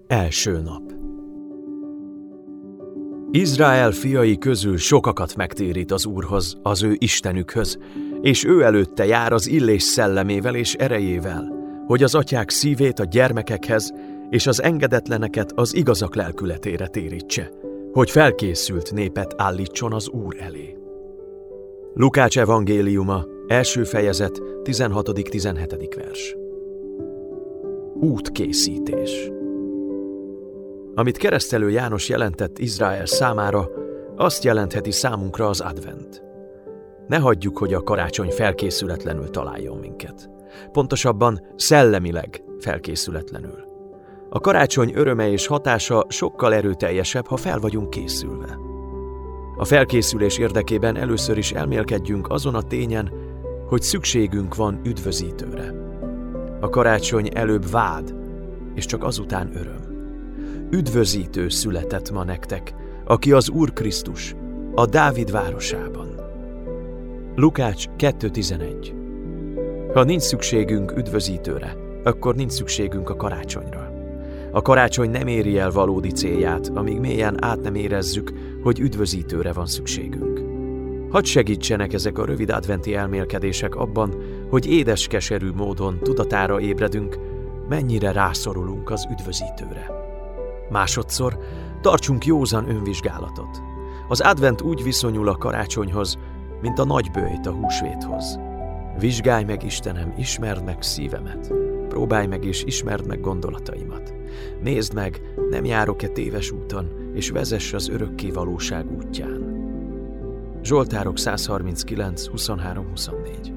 Első nap. Izrael fiai közül sokakat megtérít az Úrhoz, az ő Istenükhöz, és ő előtte jár az illés szellemével és erejével, hogy az atyák szívét a gyermekekhez, és az engedetleneket az igazak lelkületére térítse, hogy felkészült népet állítson az Úr elé. Lukács evangéliuma, 1. fejezet, 16.-17. vers. Útkészítés. Amit keresztelő János jelentett Izrael számára, azt jelentheti számunkra az advent. Ne hagyjuk, hogy a karácsony felkészületlenül találjon minket. Pontosabban szellemileg felkészületlenül. A karácsony öröme és hatása sokkal erőteljesebb, ha fel vagyunk készülve. A felkészülés érdekében először is elmélkedjünk azon a tényen, hogy szükségünk van üdvözítőre. A karácsony előbb vád, és csak azután öröm. Üdvözítő született ma nektek, aki az Úr Krisztus, a Dávid városában. Lukács 2.11. Ha nincs szükségünk üdvözítőre, akkor nincs szükségünk a karácsonyra. A karácsony nem éri el valódi célját, amíg mélyen át nem érezzük, hogy üdvözítőre van szükségünk. Hadd segítsenek ezek a rövid adventi elmélkedések abban, hogy édes-keserű módon tudatára ébredünk, mennyire rászorulunk az üdvözítőre. Másodszor tartsunk józan önvizsgálatot. Az advent úgy viszonyul a karácsonyhoz, mint a nagyböjt a húsvéthoz. Vizsgálj meg, Istenem, ismerd meg szívemet. Próbálj meg és ismerd meg gondolataimat. Nézd meg, nem járok-e téves úton, és vezess az örökké valóság útján. Zsoltárok 139, 23-24.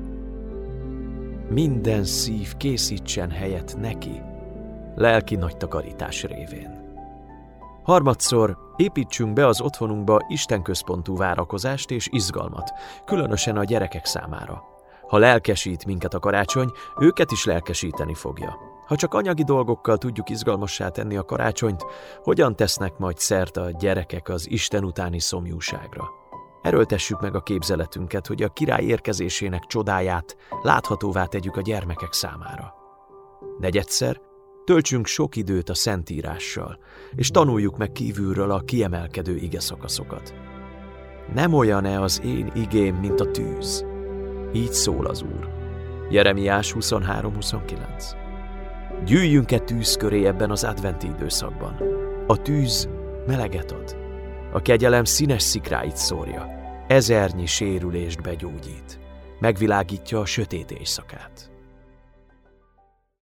Minden szív készítsen helyet neki, lelki nagy takarítás révén. Harmadszor építsünk be az otthonunkba istenközpontú várakozást és izgalmat, különösen a gyerekek számára. Ha lelkesít minket a karácsony, őket is lelkesíteni fogja. Ha csak anyagi dolgokkal tudjuk izgalmassá tenni a karácsonyt, hogyan tesznek majd szert a gyerekek az Isten utáni szomjúságra? Erőltessük meg a képzeletünket, hogy a király érkezésének csodáját láthatóvá tegyük a gyermekek számára. Negyedszer töltsünk sok időt a Szentírással, és tanuljuk meg kívülről a kiemelkedő igeszakaszokat. Nem olyan-e az én igém, mint a tűz? Így szól az Úr. Jeremiás 23-29. Gyűjjünk-e tűz köré ebben az adventi időszakban? A tűz meleget ad. A kegyelem színes szikráit szórja. Ezernyi sérülést begyógyít. Megvilágítja a sötét éjszakát.